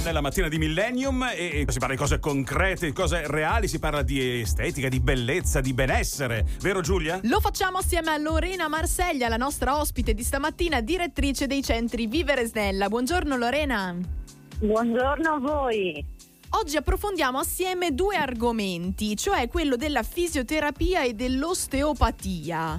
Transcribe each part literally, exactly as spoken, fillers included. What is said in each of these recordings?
nella mattina di Millennium e, e si parla di cose concrete, di cose reali, si parla di estetica, di bellezza, di benessere, vero Giulia? Lo facciamo assieme a Lorena Marseglia, la nostra ospite di stamattina, direttrice dei centri Vivere Snella. Buongiorno Lorena. Buongiorno a voi. Oggi approfondiamo assieme due argomenti, cioè quello della fisioterapia e dell'osteopatia.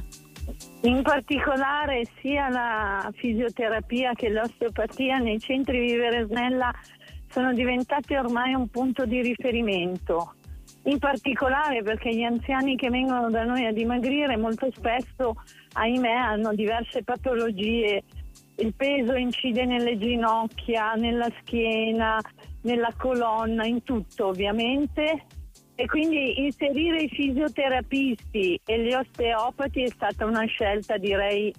In particolare sia la fisioterapia che l'osteopatia nei centri Vivere Snella sono diventati ormai un punto di riferimento. In particolare perché gli anziani che vengono da noi a dimagrire molto spesso, ahimè, hanno diverse patologie. Il peso incide nelle ginocchia, nella schiena, nella colonna, in tutto ovviamente. E quindi inserire i fisioterapisti e gli osteopati è stata una scelta, direi,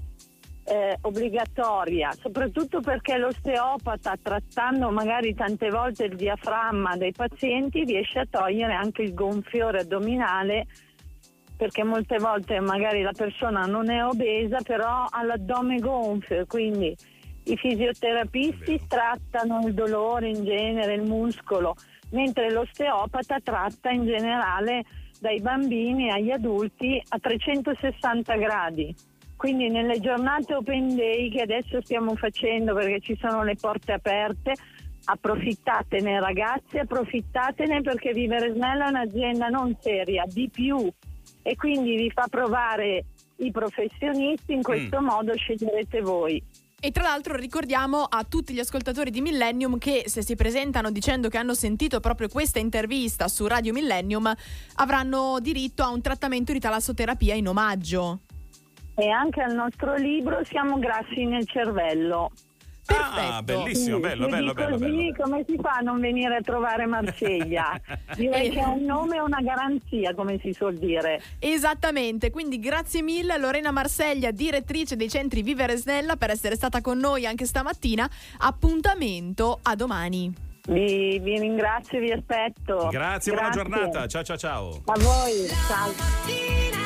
eh, obbligatoria, soprattutto perché l'osteopata, trattando magari tante volte il diaframma dei pazienti, riesce a togliere anche il gonfiore addominale, perché molte volte magari la persona non è obesa, però ha l'addome gonfio, quindi i fisioterapisti trattano il dolore in genere, il muscolo, mentre l'osteopata tratta in generale dai bambini agli adulti a trecentosessanta gradi. Quindi nelle giornate open day che adesso stiamo facendo, perché ci sono le porte aperte, approfittatene ragazzi, approfittatene, perché Vivere Snella è un'azienda non seria, di più, e quindi vi fa provare i professionisti, in questo mm. modo sceglierete voi. E tra l'altro ricordiamo a tutti gli ascoltatori di Millennium che se si presentano dicendo che hanno sentito proprio questa intervista su Radio Millennium avranno diritto a un trattamento di talassoterapia in omaggio. E anche al nostro libro Siamo grassi nel cervello. Perfetto. Ah, bellissimo, sì, bello, bello, bello, così, bello. Come si fa a non venire a trovare Marceglia? Direi che è un nome e una garanzia, come si suol dire. Esattamente, quindi grazie mille a Lorena Marseglia, direttrice dei centri Vivere Snella, per essere stata con noi anche stamattina. Appuntamento a domani. Vi, vi ringrazio e vi aspetto. Grazie, Grazie, buona giornata. Ciao ciao ciao. A voi, ciao.